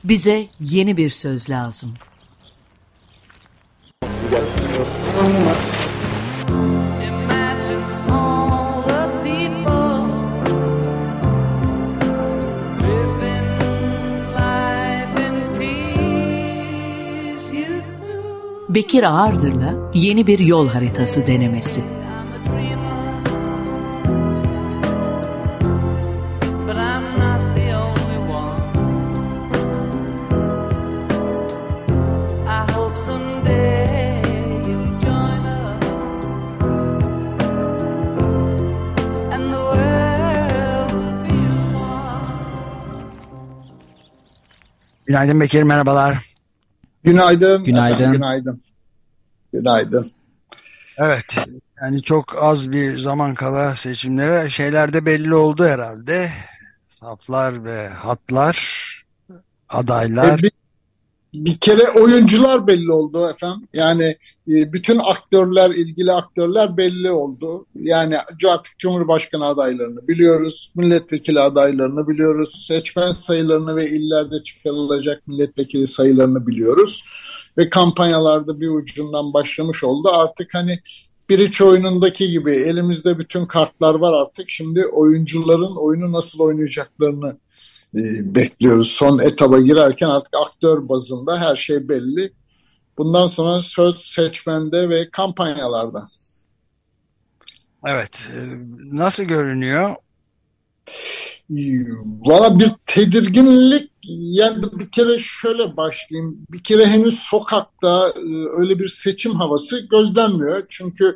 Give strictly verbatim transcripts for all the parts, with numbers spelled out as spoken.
Bize yeni bir söz lazım. Bekir Ağırdır'la yeni bir yol haritası denemesi. Günaydın Bekir, merhabalar. Günaydın. Günaydın. Efendim, günaydın. Günaydın. Evet, yani çok az bir zaman kala seçimlere şeyler de belli oldu herhalde. Saflar ve hatlar, adaylar. E, bir, bir kere oyuncular belli oldu efendim. Yani e, bütün aktörler, ilgili aktörler belli oldu. Yani artık Cumhurbaşkanı adaylarını biliyoruz, milletvekili adaylarını biliyoruz, seçmen sayılarını ve illerde çıkarılacak milletvekili sayılarını biliyoruz. Ve kampanyalarda bir ucundan başlamış oldu. Artık hani Biriç oyunundaki gibi elimizde bütün kartlar var artık. Şimdi oyuncuların oyunu nasıl oynayacaklarını e, bekliyoruz. Son etaba girerken artık aktör bazında her şey belli. Bundan sonra söz seçmende ve kampanyalarda. Evet, nasıl görünüyor? Valla bir tedirginlik, yani bir kere şöyle başlayayım. Bir kere henüz sokakta öyle bir seçim havası gözlenmiyor. Çünkü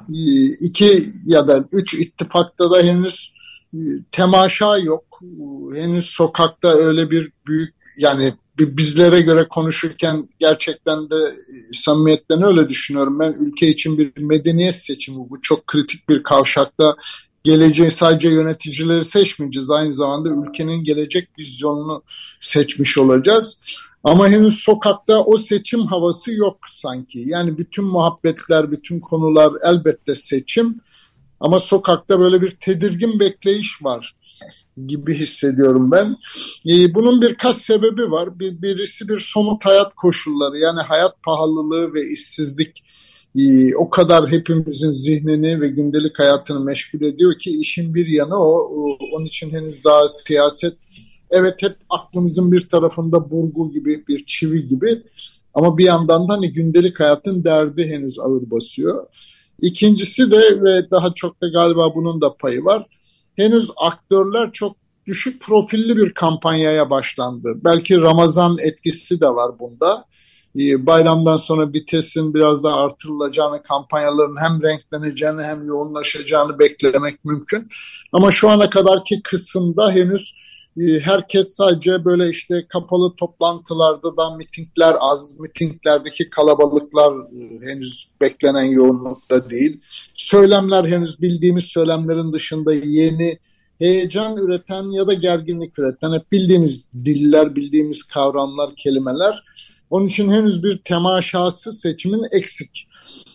iki ya da üç ittifakta da henüz temaşa yok. Henüz sokakta öyle bir büyük, yani bizlere göre konuşurken gerçekten de samimiyetten öyle düşünüyorum. Ben ülke için bir medeniyet seçimi, bu çok kritik bir kavşakta. Geleceği sadece yöneticileri seçmeyeceğiz. Aynı zamanda ülkenin gelecek vizyonunu seçmiş olacağız. Ama henüz sokakta o seçim havası yok sanki. Yani bütün muhabbetler, bütün konular elbette seçim. Ama sokakta böyle bir tedirgin bekleyiş var gibi hissediyorum ben. Bunun birkaç sebebi var. Bir, birisi bir somut hayat koşulları. Yani hayat pahalılığı ve işsizlik Ee, o kadar hepimizin zihnini ve gündelik hayatını meşgul ediyor ki işin bir yanı o. o. Onun için henüz daha siyaset, evet, hep aklımızın bir tarafında burgu gibi, bir çivi gibi, ama bir yandan da hani gündelik hayatın derdi henüz ağır basıyor. İkincisi de, ve daha çok da galiba bunun da payı var, henüz aktörler çok düşük profilli bir kampanyaya başlandı. Belki Ramazan etkisi de var bunda. Bayramdan sonra vitesin biraz daha artırılacağını, kampanyaların hem renkleneceğini hem yoğunlaşacağını beklemek mümkün. Ama şu ana kadarki kısımda henüz herkes sadece böyle işte kapalı toplantılarda da mitingler az, mitinglerdeki kalabalıklar henüz beklenen yoğunlukta değil. Söylemler henüz bildiğimiz söylemlerin dışında yeni, heyecan üreten ya da gerginlik üreten, hep bildiğimiz diller, bildiğimiz kavramlar, kelimeler. Onun için henüz bir temaşası seçimin eksik.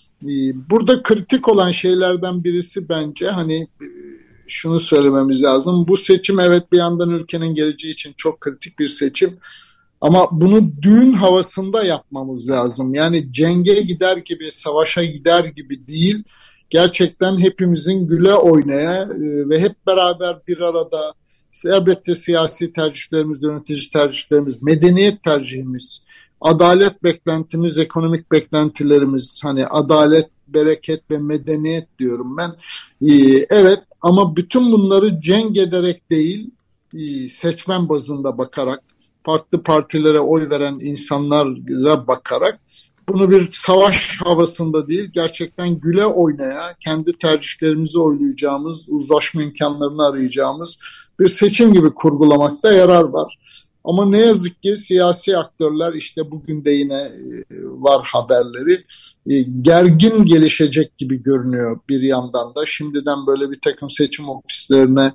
Burada kritik olan şeylerden birisi bence hani şunu söylememiz lazım. Bu seçim, evet, bir yandan ülkenin geleceği için çok kritik bir seçim. Ama bunu düğün havasında yapmamız lazım. Yani cenge gider gibi, savaşa gider gibi değil. Gerçekten hepimizin güle oynaya ve hep beraber bir arada, elbette siyasi tercihlerimiz, yönetici tercihlerimiz, medeniyet tercihimiz, adalet beklentimiz, ekonomik beklentilerimiz, hani adalet, bereket ve medeniyet diyorum ben. Ee, evet, ama bütün bunları cenk ederek değil, seçmen bazında bakarak, farklı partilere oy veren insanlara bakarak, bunu bir savaş havasında değil, gerçekten güle oynaya, kendi tercihlerimizi oylayacağımız, uzlaşma imkanlarını arayacağımız bir seçim gibi kurgulamakta yarar var. Ama ne yazık ki siyasi aktörler, işte bugün de yine var haberleri, gergin gelişecek gibi görünüyor bir yandan da. Şimdiden böyle bir takım seçim ofislerine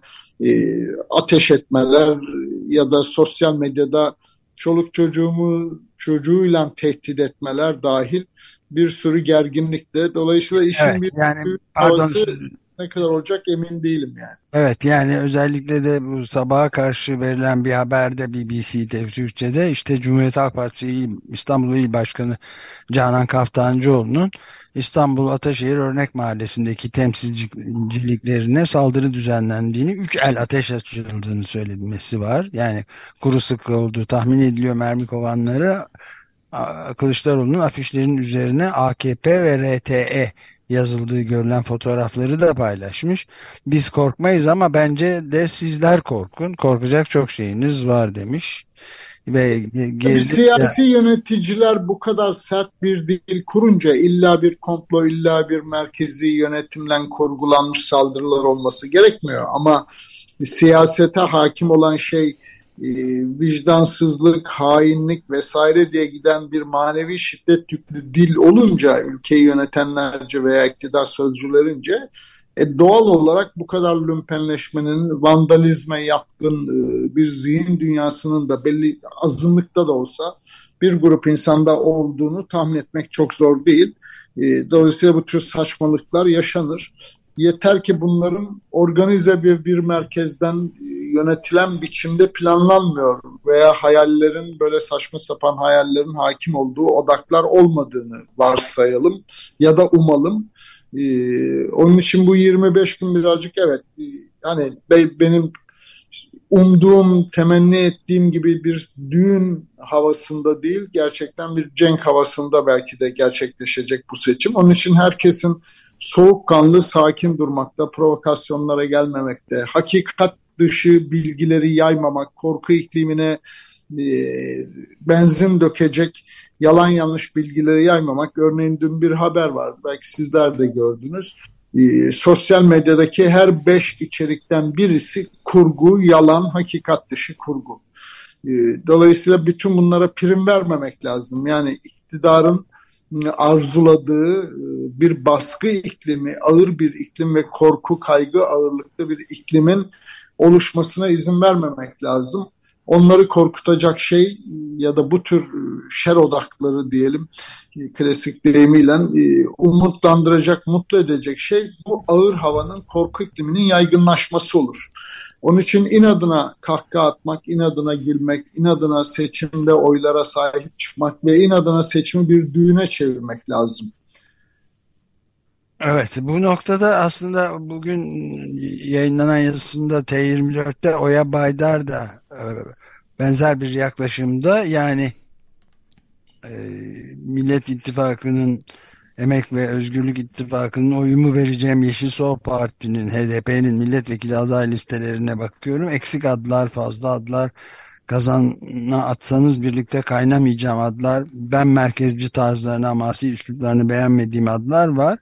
ateş etmeler ya da sosyal medyada çoluk çocuğumu çocuğuyla tehdit etmeler dahil bir sürü gerginlikte. Dolayısıyla işin evet, bir yani büyük pardon, havası, ne kadar olacak emin değilim yani. Evet, yani özellikle de bu sabaha karşı verilen bir haberde B B C'de, Türkçe'de işte Cumhuriyet Halk Partisi İl- İstanbul İl Başkanı Canan Kaftancıoğlu'nun İstanbul Ataşehir Örnek Mahallesi'ndeki temsilciliklerine saldırı düzenlendiğini, üç el ateş açıldığını söylemesi var. Yani kuru sıkı olduğu tahmin ediliyor mermi kovanları. A- Kılıçdaroğlu'nun afişlerin üzerine A K P ve R T E yazıldığı görülen fotoğrafları da paylaşmış. Biz korkmayız ama bence de sizler korkun. Korkacak çok şeyiniz var demiş. Ve ge- Tabii gezdi ya, siyasi yöneticiler bu kadar sert bir dil kurunca illa bir komplo, illa bir merkezi yönetimle kurgulanmış saldırılar olması gerekmiyor. Ama siyasete hakim olan şey e, vicdansızlık, hainlik vesaire diye giden bir manevi şiddet yüklü dil olunca ülkeyi yönetenlerce veya iktidar sözcülerince e, doğal olarak bu kadar lümpenleşmenin, vandalizme yatkın e, bir zihin dünyasının da belli azınlıkta da olsa bir grup insanda olduğunu tahmin etmek çok zor değil. E, dolayısıyla bu tür saçmalıklar yaşanır. Yeter ki bunların organize bir, bir merkezden yönetilen biçimde planlanmıyor veya hayallerin, böyle saçma sapan hayallerin hakim olduğu odaklar olmadığını varsayalım ya da umalım. Ee, onun için bu yirmi beş gün birazcık evet e, hani be, benim umduğum, temenni ettiğim gibi bir düğün havasında değil, gerçekten bir cenk havasında belki de gerçekleşecek bu seçim. Onun için herkesin soğukkanlı, sakin durmakta, provokasyonlara gelmemekte, hakikat dışı bilgileri yaymamak, korku iklimine e, benzin dökecek yalan yanlış bilgileri yaymamak. Örneğin dün bir haber vardı, belki sizler de gördünüz. E, sosyal medyadaki her beş içerikten birisi kurgu, yalan, hakikat dışı kurgu. E, dolayısıyla bütün bunlara prim vermemek lazım. Yani iktidarın arzuladığı bir baskı iklimi, ağır bir iklim ve korku, kaygı ağırlıklı bir iklimin oluşmasına izin vermemek lazım. Onları korkutacak şey ya da bu tür şer odakları diyelim klasik deyimiyle umutlandıracak, mutlu edecek şey bu ağır havanın, korku ikliminin yaygınlaşması olur. Onun için inadına kahkaha atmak, inadına gülmek, inadına seçimde oylara sahip çıkmak ve inadına seçimi bir düğüne çevirmek lazım. evet, bu noktada aslında bugün yayınlanan yazısında T yirmi dörtte Oya Baydar da e, benzer bir yaklaşımda, yani e, Millet İttifakı'nın, Emek ve Özgürlük İttifakı'nın oyumu vereceğim Yeşil Sol Parti'nin, H D P'nin milletvekili aday listelerine bakıyorum. Eksik adlar, fazla adlar, kazana atsanız birlikte kaynamayacağım adlar, ben merkezci tarzlarını, amasi üsluplarını beğenmediğim adlar var.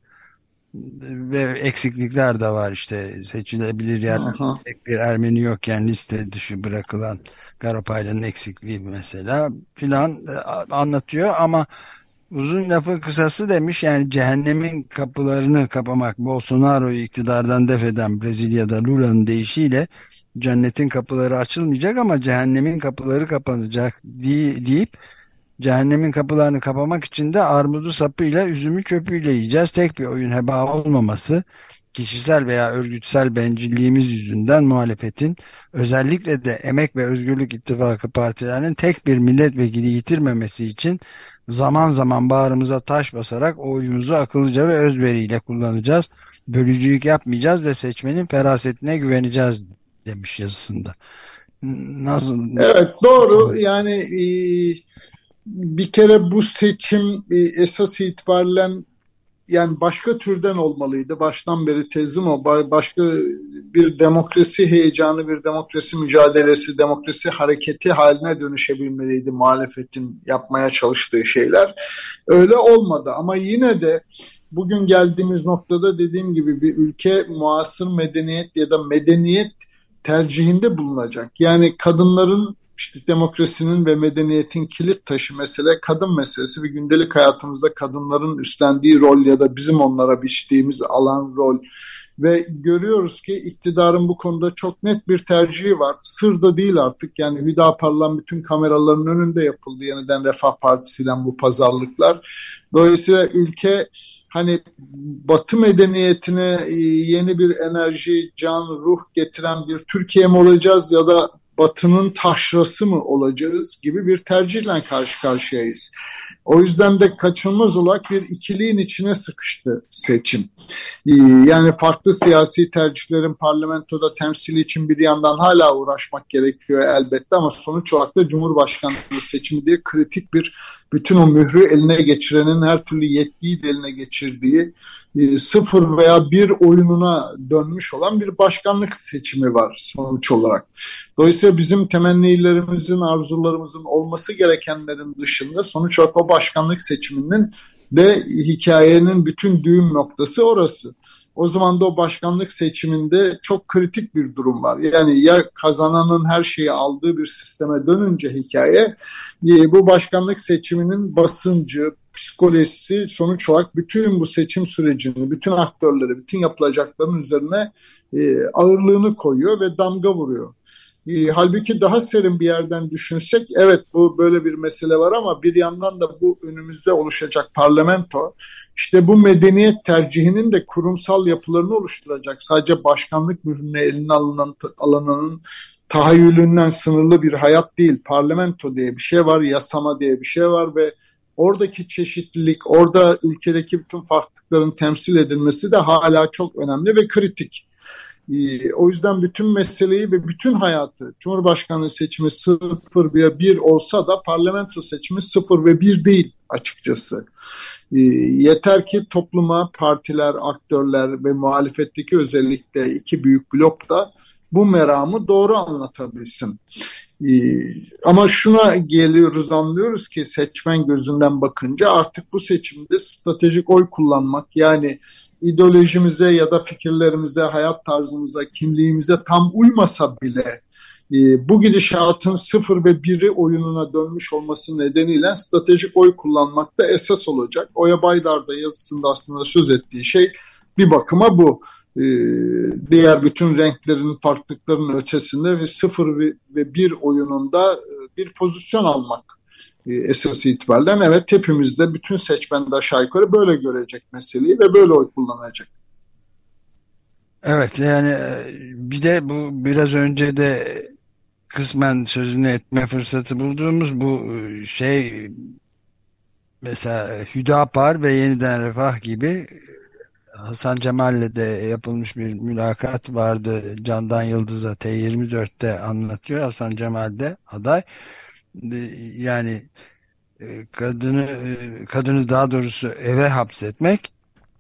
Ve eksiklikler de var, işte seçilebilir yerler. Aha. Tek bir Ermeni yokken liste dışı bırakılan Garopaylı'nın eksikliği mesela filan e, anlatıyor ama uzun lafı kısası demiş, yani cehennemin kapılarını kapamak, Bolsonaro'yu iktidardan def eden Brezilya'da Lula'nın deyişiyle cennetin kapıları açılmayacak ama cehennemin kapıları kapanacak diye, deyip cehennemin kapılarını kapamak için de armudu sapıyla, üzümü çöpüyle yiyeceğiz. Tek bir oyun heba olmaması, kişisel veya örgütsel bencilliğimiz yüzünden muhalefetin, özellikle de Emek ve Özgürlük İttifakı partilerinin tek bir milletvekili yitirmemesi için zaman zaman bağrımıza taş basarak oyumuzu akıllıca ve özveriyle kullanacağız. Bölücülük yapmayacağız ve seçmenin ferasetine güveneceğiz demiş yazısında. Nasıl? Evet, doğru. Yani e, bir kere bu seçim e, esas itibariyle yani başka türden olmalıydı. Baştan beri tezim o. Başka bir demokrasi heyecanı, bir demokrasi mücadelesi, demokrasi hareketi haline dönüşebilmeliydi muhalefetin yapmaya çalıştığı şeyler. Öyle olmadı ama yine de bugün geldiğimiz noktada dediğim gibi bir ülke muasır medeniyet ya da medeniyet tercihinde bulunacak. Yani kadınların, işte demokrasinin ve medeniyetin kilit taşı mesele kadın meselesi ve gündelik hayatımızda kadınların üstlendiği rol ya da bizim onlara biçtiğimiz alan rol. Ve görüyoruz ki iktidarın bu konuda çok net bir tercihi var. Sır da değil artık, yani Hüdapar'la bütün kameraların önünde yapıldı yeniden Refah Partisi ile bu pazarlıklar. Dolayısıyla ülke hani Batı medeniyetine yeni bir enerji, can, ruh getiren bir Türkiye mi olacağız ya da Batı'nın taşrası mı olacağız gibi bir tercihle karşı karşıyayız. O yüzden de kaçınılmaz olarak bir ikiliğin içine sıkıştı seçim. Yani farklı siyasi tercihlerin parlamentoda temsili için bir yandan hala uğraşmak gerekiyor elbette ama sonuç olarak da Cumhurbaşkanlığı seçimi diye kritik bir, bütün o mührü eline geçirenin her türlü yetkiyi de eline geçirdiği sıfır veya bir oyununa dönmüş olan bir başkanlık seçimi var sonuç olarak. Dolayısıyla bizim temennilerimizin, arzularımızın olması gerekenlerin dışında sonuç olarak o başkanlık seçiminin de hikayenin bütün düğüm noktası orası. O zaman da o başkanlık seçiminde çok kritik bir durum var. Yani ya kazananın her şeyi aldığı bir sisteme dönünce hikaye, bu başkanlık seçiminin basıncı, psikolojisi sonuç olarak bütün bu seçim sürecini, bütün aktörleri, bütün yapılacakların üzerine ağırlığını koyuyor ve damga vuruyor. E, halbuki daha serin bir yerden düşünsek, evet bu böyle bir mesele var ama bir yandan da bu önümüzde oluşacak parlamento, işte bu medeniyet tercihinin de kurumsal yapılarını oluşturacak. Sadece başkanlık mührüne eline alınan alanının tahayyülünden sınırlı bir hayat değil. Parlamento diye bir şey var, yasama diye bir şey var ve oradaki çeşitlilik, orada ülkedeki bütün farklılıkların temsil edilmesi de hala çok önemli ve kritik. O yüzden bütün meseleyi ve bütün hayatı, Cumhurbaşkanlığı seçimi sıfır ve bir olsa da parlamento seçimi sıfır ve bir değil açıkçası. Yeter ki topluma, partiler, aktörler ve muhalefetteki özellikle iki büyük blok da bu meramı doğru anlatabilsin. Ama şuna geliyoruz, anlıyoruz ki seçmen gözünden bakınca artık bu seçimde stratejik oy kullanmak, yani ideolojimize ya da fikirlerimize, hayat tarzımıza, kimliğimize tam uymasa bile e, bu gidişatın sıfır ve biri oyununa dönmüş olması nedeniyle stratejik oy kullanmak da esas olacak. Oya Baydar da yazısında aslında söz ettiği şey bir bakıma bu. E, diğer bütün renklerin, farklılıkların ötesinde ve sıfır ve bir oyununda e, bir pozisyon almak. Esas itibariyle evet, hepimiz de, bütün seçmen de aşağı yukarı böyle görecek meseleyi ve böyle oy kullanacak. Evet, yani bir de bu biraz önce de kısmen sözünü etme fırsatı bulduğumuz bu şey, mesela Hüdapar ve Yeniden Refah gibi, Hasan Cemal'le de yapılmış bir mülakat vardı. Candan Yıldız'a T yirmi dörtte anlatıyor. Hasan Cemal de aday. Yani kadını kadını daha doğrusu eve hapsetmek,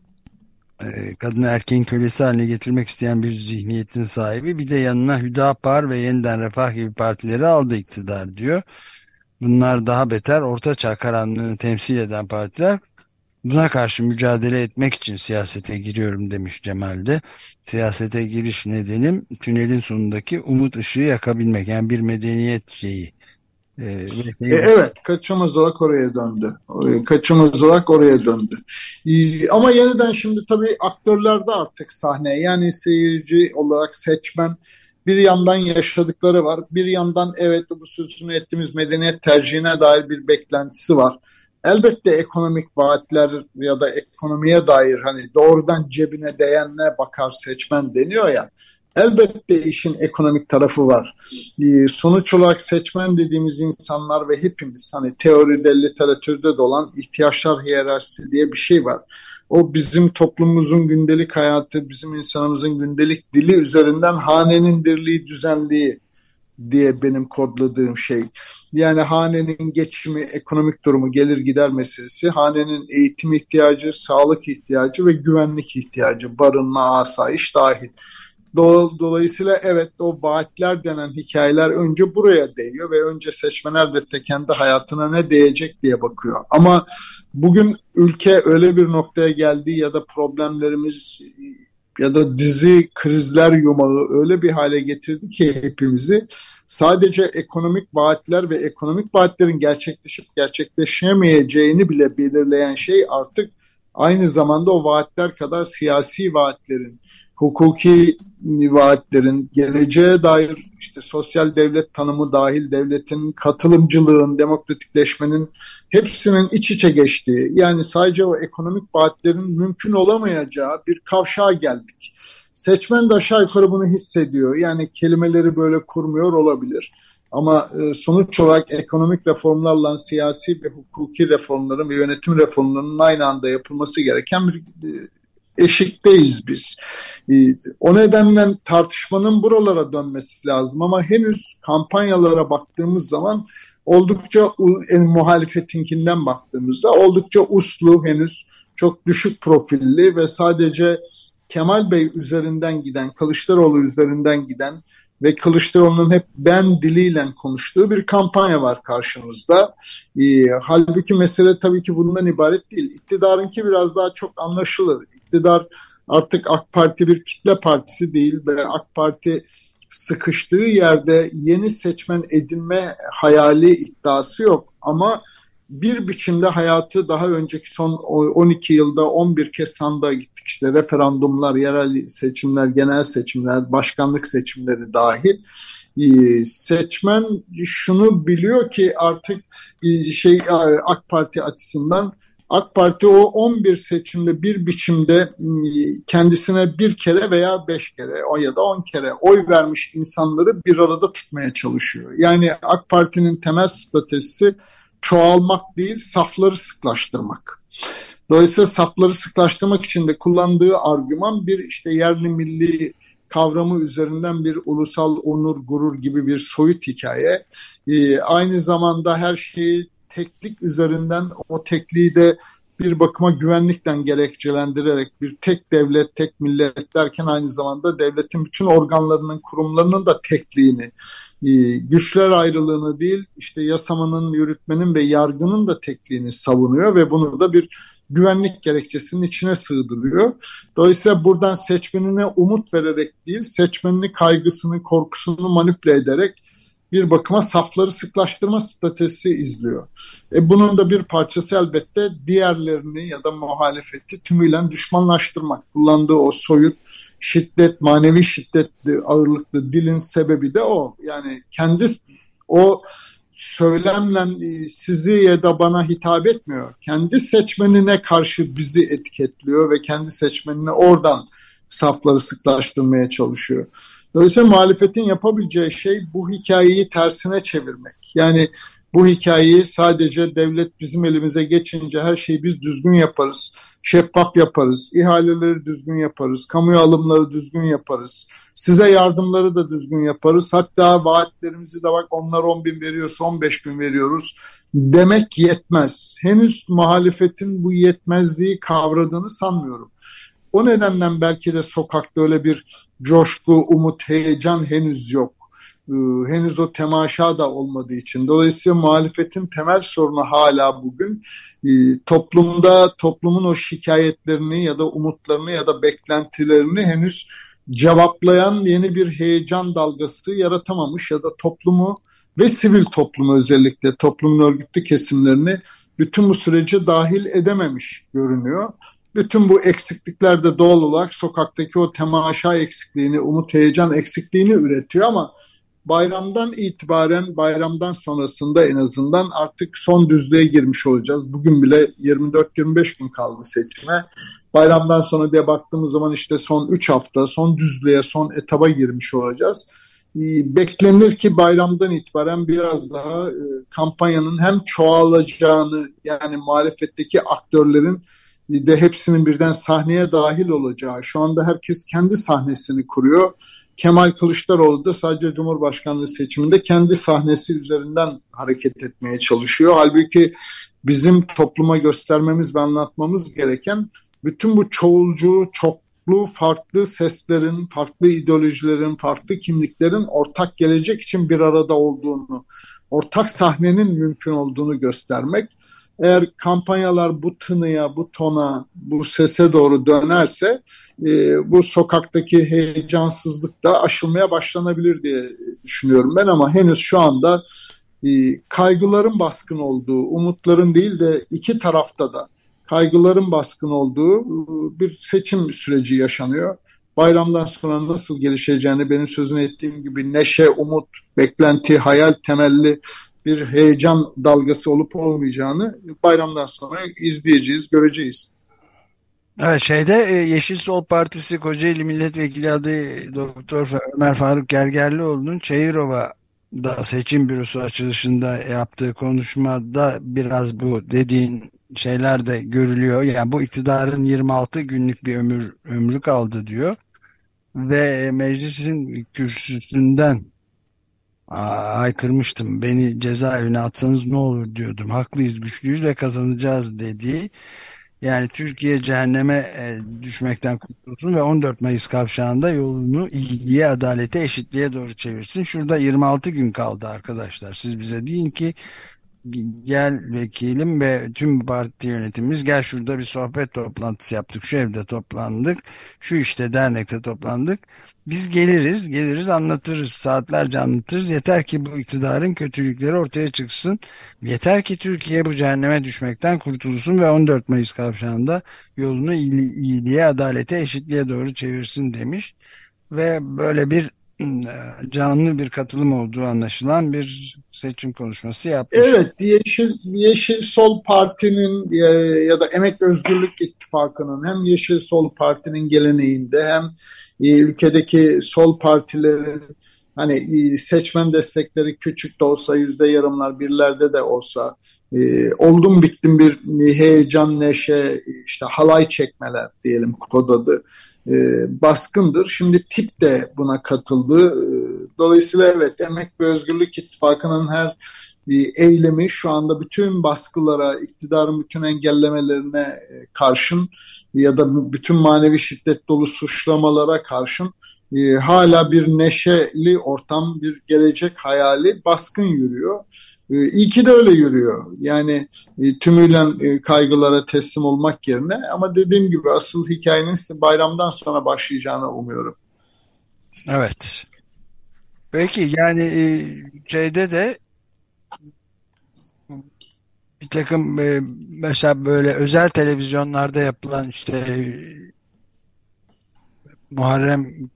kadını erkeğin kölesi haline getirmek isteyen bir zihniyetin sahibi, bir de yanına Hüdapar ve Yeniden Refah gibi partileri aldı iktidar diyor. Bunlar daha beter ortaçağ karanlığını temsil eden partiler. Buna karşı mücadele etmek için siyasete giriyorum demiş Cemal de. Siyasete giriş nedenim tünelin sonundaki umut ışığı yakabilmek, yani bir medeniyet şeyi. Ee, e, evet, kaçınılmaz olarak oraya döndü. Kaçınılmaz olarak oraya döndü. Ee, ama yeniden şimdi tabii aktörler de artık sahneye, yani seyirci olarak seçmen bir yandan yaşadıkları var. Bir yandan evet, bu sözünü ettiğimiz medeniyet tercihine dair bir beklentisi var. Elbette ekonomik vaatler ya da ekonomiye dair hani doğrudan cebine değenine bakar seçmen deniyor ya. Elbette işin ekonomik tarafı var. Ee, sonuç olarak seçmen dediğimiz insanlar ve hepimiz, hani teoride, literatürde de olan ihtiyaçlar hiyerarşisi diye bir şey var. O bizim toplumumuzun gündelik hayatı, bizim insanımızın gündelik dili üzerinden hanenin dirliği, düzenliği diye benim kodladığım şey. Yani hanenin geçimi, ekonomik durumu, gelir gider meselesi, hanenin eğitim ihtiyacı, sağlık ihtiyacı ve güvenlik ihtiyacı, barınma, asayiş dahil. Dolayısıyla evet, o vaatler denen hikayeler önce buraya değiyor ve önce seçmen elbette kendi hayatına ne değecek diye bakıyor. Ama bugün ülke öyle bir noktaya geldi ya da problemlerimiz ya da dizi krizler yumağı öyle bir hale getirdi ki hepimizi, sadece ekonomik vaatler ve ekonomik vaatlerin gerçekleşip gerçekleşemeyeceğini bile belirleyen şey artık aynı zamanda o vaatler kadar siyasi vaatlerin, hukuki vaatlerin, geleceğe dair işte sosyal devlet tanımı dahil devletin, katılımcılığın, demokratikleşmenin hepsinin iç içe geçtiği, yani sadece o ekonomik vaatlerin mümkün olamayacağı bir kavşağa geldik. Seçmen de aşağı yukarı bunu hissediyor. Yani kelimeleri böyle kurmuyor olabilir. Ama sonuç olarak ekonomik reformlarla siyasi ve hukuki reformların ve yönetim reformlarının aynı anda yapılması gereken bir eşikteyiz biz. O nedenle tartışmanın buralara dönmesi lazım ama henüz kampanyalara baktığımız zaman oldukça, en muhalefetinkinden baktığımızda oldukça uslu, henüz çok düşük profilli ve sadece Kemal Bey üzerinden giden, Kılıçdaroğlu üzerinden giden ve Kılıçdaroğlu'nun hep ben diliyle konuştuğu bir kampanya var karşımızda. E, halbuki mesele tabii ki bundan ibaret değil. İktidarınki biraz daha çok anlaşılır. İktidar artık AK Parti bir kitle partisi değil ve AK Parti sıkıştığı yerde yeni seçmen edinme hayali, iddiası yok. Ama bir biçimde hayatı daha önceki son on iki yılda on bir kez sandığa gittik. İşte referandumlar, yerel seçimler, genel seçimler, başkanlık seçimleri dahil. Ee, seçmen şunu biliyor ki artık şey AK Parti açısından AK Parti o on bir seçimde bir biçimde kendisine bir kere veya beş kere o ya da on kere oy vermiş insanları bir arada tutmaya çalışıyor. Yani AK Parti'nin temel stratejisi çoğalmak değil, safları sıklaştırmak. Dolayısıyla safları sıklaştırmak için de kullandığı argüman bir işte yerli milli kavramı üzerinden bir ulusal onur, gurur gibi bir soyut hikaye. Ee, aynı zamanda her şeyi teklik üzerinden, o tekliği de bir bakıma güvenlikten gerekçelendirerek bir tek devlet, tek millet derken aynı zamanda devletin bütün organlarının, kurumlarının da tekliğini, güçler ayrılığını değil, işte yasamanın, yürütmenin ve yargının da tekliğini savunuyor ve bunu da bir güvenlik gerekçesinin içine sığdırıyor. Dolayısıyla buradan seçmenine umut vererek değil, seçmenini kaygısını, korkusunu manipüle ederek bir bakıma safları sıklaştırma stratejisi izliyor. E bunun da bir parçası elbette diğerlerini ya da muhalefeti tümüyle düşmanlaştırmak. Kullandığı o soyut şiddet, manevi şiddet ağırlıklı dilin sebebi de o. Yani kendi o söylemle sizi ya da bana hitap etmiyor. Kendi seçmenine karşı bizi etiketliyor ve kendi seçmenine oradan safları sıklaştırmaya çalışıyor. Dolayısıyla muhalefetin yapabileceği şey bu hikayeyi tersine çevirmek. Yani bu hikayeyi sadece devlet bizim elimize geçince her şeyi biz düzgün yaparız, şeffaf yaparız, ihaleleri düzgün yaparız, kamu alımları düzgün yaparız, size yardımları da düzgün yaparız. Hatta vaatlerimizi de bak onlar on bin veriyorsa on beş bin veriyoruz demek yetmez. Henüz muhalefetin bu yetmezliği kavradığını sanmıyorum. O nedenden belki de sokakta öyle bir coşku, umut, heyecan henüz yok. Ee, henüz o temaşa da olmadığı için. Dolayısıyla muhalefetin temel sorunu hala bugün e, toplumda toplumun o şikayetlerini ya da umutlarını ya da beklentilerini henüz cevaplayan yeni bir heyecan dalgası yaratamamış ya da toplumu ve sivil toplumu, özellikle toplumun örgütlü kesimlerini bütün bu sürece dahil edememiş görünüyor. Bütün bu eksiklikler de doğal olarak sokaktaki o temaşa eksikliğini, umut, heyecan eksikliğini üretiyor ama bayramdan itibaren, bayramdan sonrasında en azından artık son düzlüğe girmiş olacağız. Bugün bile yirmi dört yirmi beş gün kaldı seçime. Bayramdan sonra diye baktığımız zaman işte son üç hafta, son düzlüğe, son etaba girmiş olacağız. Beklenir ki bayramdan itibaren biraz daha kampanyanın hem çoğalacağını, yani muhalefetteki aktörlerin de hepsinin birden sahneye dahil olacağı, şu anda herkes kendi sahnesini kuruyor. Kemal Kılıçdaroğlu da sadece Cumhurbaşkanlığı seçiminde kendi sahnesi üzerinden hareket etmeye çalışıyor. Halbuki bizim topluma göstermemiz ve anlatmamız gereken bütün bu çoğulcu, çoklu, farklı seslerin, farklı ideolojilerin, farklı kimliklerin ortak gelecek için bir arada olduğunu, ortak sahnenin mümkün olduğunu göstermek. Eğer kampanyalar bu tınıya, bu tona, bu sese doğru dönerse e, bu sokaktaki heyecansızlık da aşılmaya başlanabilir diye düşünüyorum ben, ama henüz şu anda e, kaygıların baskın olduğu, umutların değil de iki tarafta da kaygıların baskın olduğu e, bir seçim süreci yaşanıyor. bayramdan sonra nasıl gelişeceğini, benim sözünü ettiğim gibi neşe, umut, beklenti, hayal temelli bir heyecan dalgası olup olmayacağını bayramdan sonra izleyeceğiz, göreceğiz. Evet, şeyde e, Yeşil Sol Partisi Kocaeli Milletvekili adayı Doktor Ömer Faruk Gergerlioğlu'nun Çayırova'da seçim bürosu açılışında yaptığı konuşmada biraz bu dediğin şeyler de görülüyor. Yani bu iktidarın yirmi altı günlük bir ömür ömrü kaldı diyor ve meclisin kürsüsünden haykırmıştım. Beni cezaevine atsanız ne olur diyordum. Haklıyız, güçlüyüz ve kazanacağız dediği. Yani Türkiye cehenneme e, düşmekten kurtulsun ve on dört Mayıs kavşağında yolunu iyiliğe, adalete, eşitliğe doğru çevirsin. Şurada yirmi altı gün kaldı arkadaşlar. Siz bize deyin ki gel vekilim ve tüm parti yönetimimiz gel şurada bir sohbet toplantısı yaptık. Şu evde toplandık. Şu işte dernekte toplandık. Biz geliriz, geliriz anlatırız. Saatlerce anlatırız. Yeter ki bu iktidarın kötülükleri ortaya çıksın. Yeter ki Türkiye bu cehenneme düşmekten kurtulsun ve on dört Mayıs kavşağında yolunu iyiliğe, adalete, eşitliğe doğru çevirsin demiş. Ve böyle bir canlı bir katılım olduğu anlaşılan bir seçim konuşması yapmış. Evet, Yeşil, Yeşil Sol Parti'nin ya da Emek Özgürlük İttifakı'nın hem Yeşil Sol Parti'nin geleneğinde hem ülkedeki sol partilerin hani seçmen destekleri küçük de olsa, yüzde yarımlar, birlerde de olsa oldum bittim bir heyecan, neşe, işte halay çekmeler diyelim kod adı baskındır. Şimdi tip de buna katıldı. Dolayısıyla evet, Emek ve Özgürlük İttifakı'nın her eylemi şu anda bütün baskılara, iktidarın bütün engellemelerine karşın ya da bütün manevi şiddet dolu suçlamalara karşın e, hala bir neşeli ortam, bir gelecek hayali baskın yürüyor. E, iyi ki de öyle yürüyor. Yani e, tümüyle e, kaygılara teslim olmak yerine, ama dediğim gibi asıl hikayenin bayramdan sonra başlayacağını umuyorum. Evet. Peki yani e, şeyde de bir takım e, mesela böyle özel televizyonlarda yapılan işte e, Muharrem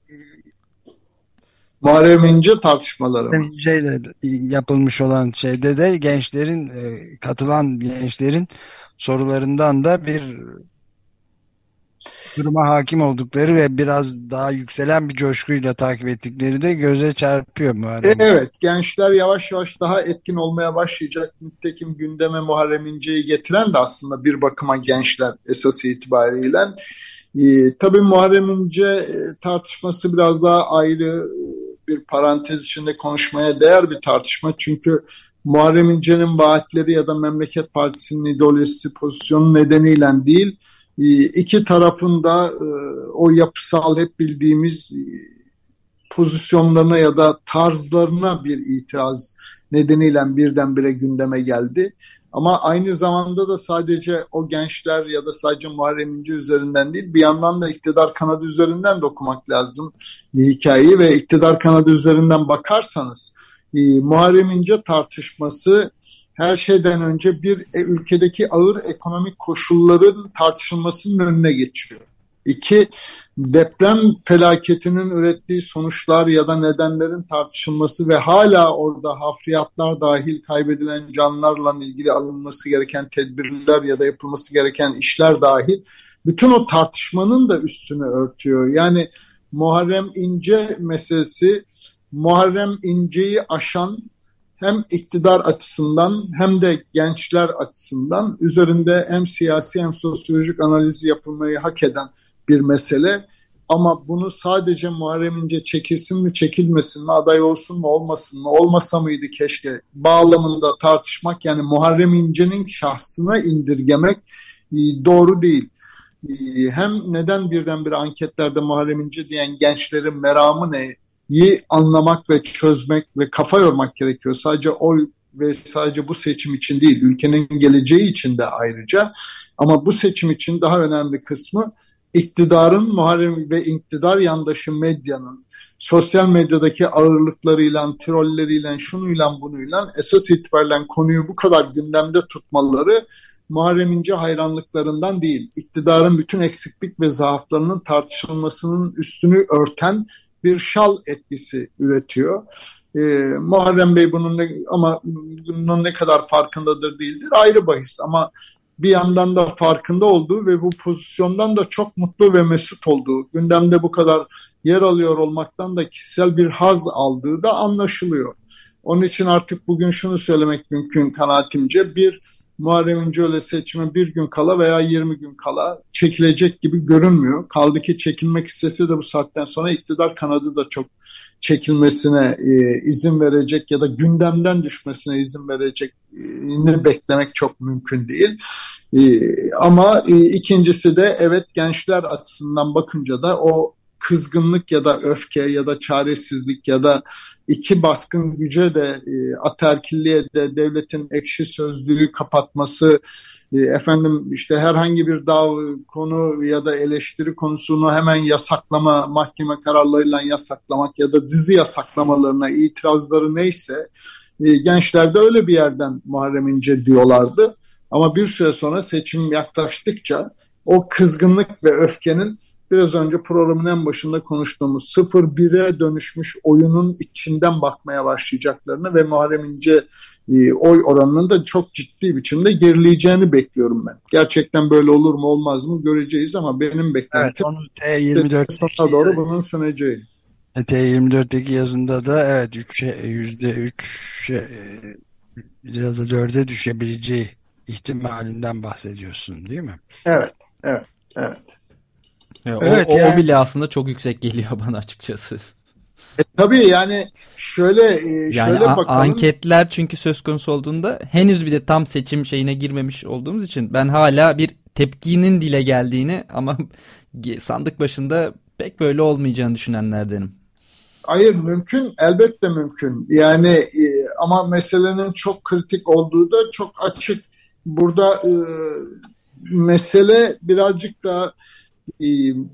Muharrem İnce tartışmaları mı? İnce'yle yapılmış olan şeyde de gençlerin e, katılan gençlerin sorularından da bir duruma hakim oldukları ve biraz daha yükselen bir coşkuyla takip ettikleri de göze çarpıyor Muharrem. Evet, gençler yavaş yavaş daha etkin olmaya başlayacak. Nitekim gündeme Muharrem İnce'yi getiren de aslında bir bakıma gençler esas itibariyle. Ee, tabii Muharrem İnce e, tartışması biraz daha ayrı, bir parantez içinde konuşmaya değer bir tartışma. Çünkü Muharrem İnce'nin vaatleri ya da Memleket Partisi'nin ideolojisi, pozisyonu nedeniyle değil, iki tarafın da o yapısal hep bildiğimiz pozisyonlarına ya da tarzlarına bir itiraz nedeniyle birdenbire gündeme geldi. Ama aynı zamanda da sadece o gençler ya da sadece Muharrem İnce üzerinden değil, bir yandan da iktidar kanadı üzerinden de okumak lazım hikayeyi ve iktidar kanadı üzerinden bakarsanız e, Muharrem İnce tartışması her şeyden önce bir e, ülkedeki ağır ekonomik koşulların tartışılmasının önüne geçiyor. İki, deprem felaketinin ürettiği sonuçlar ya da nedenlerin tartışılması ve hala orada hafriyatlar dahil kaybedilen canlarla ilgili alınması gereken tedbirler ya da yapılması gereken işler dahil bütün o tartışmanın da üstünü örtüyor. Yani Muharrem İnce meselesi, Muharrem İnce'yi aşan hem iktidar açısından hem de gençler açısından üzerinde hem siyasi hem sosyolojik analizi yapılmayı hak eden bir mesele. Ama bunu sadece Muharrem İnce çekilsin mi çekilmesin mi, aday olsun mu olmasın mı, olmasa mıydı keşke bağlamında tartışmak, yani Muharrem İnce'nin şahsına indirgemek doğru değil. Hem neden birdenbire anketlerde Muharrem İnce diyen gençlerin meramı ne? İyi anlamak ve çözmek ve kafa yormak gerekiyor. Sadece oy ve sadece bu seçim için değil, ülkenin geleceği için de ayrıca. Ama bu seçim için daha önemli kısmı iktidarın, Muharrem ve iktidar yandaşı medyanın sosyal medyadaki ağırlıklarıyla, trolleriyle, şunuyla bunuyla esas itibariyle konuyu bu kadar gündemde tutmaları Muharrem İnce hayranlıklarından değil. İktidarın bütün eksiklik ve zaaflarının tartışılmasının üstünü örten bir şal etkisi üretiyor. Ee, Muharrem Bey bunun ne, ama bunun ne kadar farkındadır değildir ayrı bahis, ama bir yandan da farkında olduğu ve bu pozisyondan da çok mutlu ve mesut olduğu, gündemde bu kadar yer alıyor olmaktan da kişisel bir haz aldığı da anlaşılıyor. Onun için artık bugün şunu söylemek mümkün kanaatimce: bir, Muharrem İnce öyle seçime bir gün kala veya yirmi gün kala çekilecek gibi görünmüyor. Kaldı ki çekilmek istese de bu saatten sonra iktidar kanadı da çok çekilmesine e, izin verecek ya da gündemden düşmesine izin verecekini beklemek çok mümkün değil. E, ama e, ikincisi de evet, gençler açısından bakınca da o kızgınlık ya da öfke ya da çaresizlik ya da iki baskın güce de e, ataerkilliğe de devletin ekşi sözlüğü kapatması, e, efendim işte herhangi bir dav konu ya da eleştiri konusunu hemen yasaklama, mahkeme kararlarıyla yasaklamak ya da dizi yasaklamalarına itirazları neyse, e, gençler de öyle bir yerden Muharrem İnce diyorlardı. Ama bir süre sonra seçim yaklaştıkça o kızgınlık ve öfkenin biraz önce programın en başında konuştuğumuz sıfır bire dönüşmüş oyunun içinden bakmaya başlayacaklarını ve Muharrem İnce e, oy oranının da çok ciddi biçimde gerileyeceğini bekliyorum ben. Gerçekten böyle olur mu olmaz mı göreceğiz, ama benim beklentim evet, onu T yirmi dörtteki doğru bunun söneceği. T yirmi dörtteki yazında da evet yüzde üç ya da dörde düşebileceği ihtimalinden bahsediyorsun değil mi? Evet, evet, evet. Evet, evet, o, o, yani, o bile aslında çok yüksek geliyor bana açıkçası. E, tabii yani şöyle e, yani şöyle a- bakalım. anketler çünkü söz konusu olduğunda henüz bir de tam seçim şeyine girmemiş olduğumuz için ben hala bir tepkinin dile geldiğini ama sandık başında pek böyle olmayacağını düşünenlerdenim. Hayır, mümkün, elbette mümkün. Yani e, ama meselenin çok kritik olduğu da çok açık. Burada e, mesele birazcık daha e,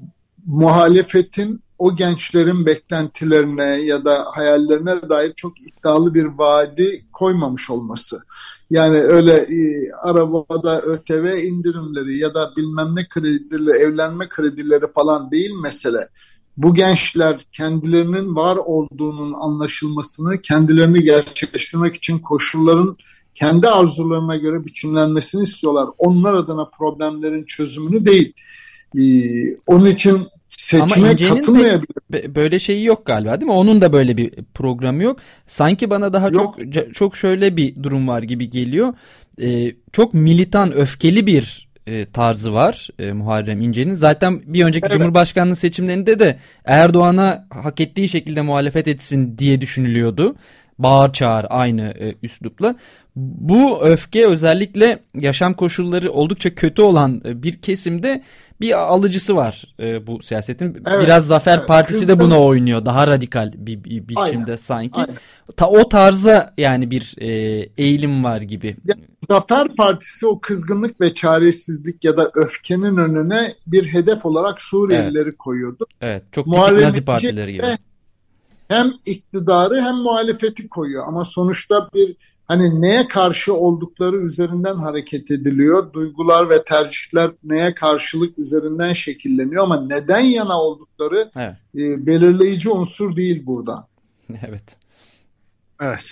muhalefetin o gençlerin beklentilerine ya da hayallerine dair çok iddialı bir vaadi koymamış olması. Yani öyle e, arabada ÖTV indirimleri ya da bilmem ne kredileri, evlenme kredileri falan değil mesele. Bu gençler kendilerinin var olduğunun anlaşılmasını, kendilerini gerçekleştirmek için koşulların kendi arzularına göre biçimlenmesini istiyorlar. Onlar adına problemlerin çözümünü değil. Ee, onun için seçime katılmayabilir. Be- böyle şeyi yok galiba değil mi? Onun da böyle bir programı yok. Sanki bana daha yok. çok çok şöyle bir durum var gibi geliyor. Ee, çok militan, öfkeli bir e, tarzı var e, Muharrem İnce'nin. Zaten bir önceki evet. Cumhurbaşkanlığı seçimlerinde de Erdoğan'a hak ettiği şekilde muhalefet etsin diye düşünülüyordu. Bağır çağır aynı e, üslupla. Bu öfke özellikle yaşam koşulları oldukça kötü olan e, bir kesimde bir alıcısı var e, bu siyasetin. Evet, Biraz Zafer evet, Partisi kızdım. de buna oynuyor. Daha radikal bir, bir biçimde aynen, sanki. Aynen. Ta, o tarza yani bir e, eğilim var gibi. Ya, Zafer Partisi o kızgınlık ve çaresizlik ya da öfkenin önüne bir hedef olarak Suriyelileri evet. koyuyordu. Evet, çok tipik Nazi partileri gibi. Hem iktidarı hem muhalefeti koyuyor, ama sonuçta bir hani neye karşı oldukları üzerinden hareket ediliyor. Duygular ve tercihler neye karşılık üzerinden şekilleniyor, ama neden yana oldukları evet. e, belirleyici unsur değil burada. Evet. Evet.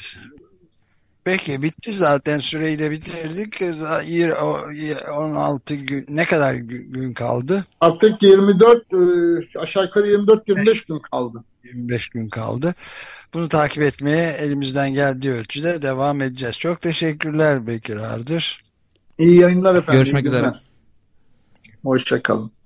Peki bitti zaten, süreyi de bitirdik. on altı gün, ne kadar gün kaldı? Artık yirmi dört aşağı yukarı yirmi dört yirmi beş gün kaldı. yirmi beş gün kaldı. Bunu takip etmeye elimizden geldiği ölçüde devam edeceğiz. Çok teşekkürler Bekir Ardır. İyi yayınlar efendim. Görüşmek üzere. Hoşça kalın.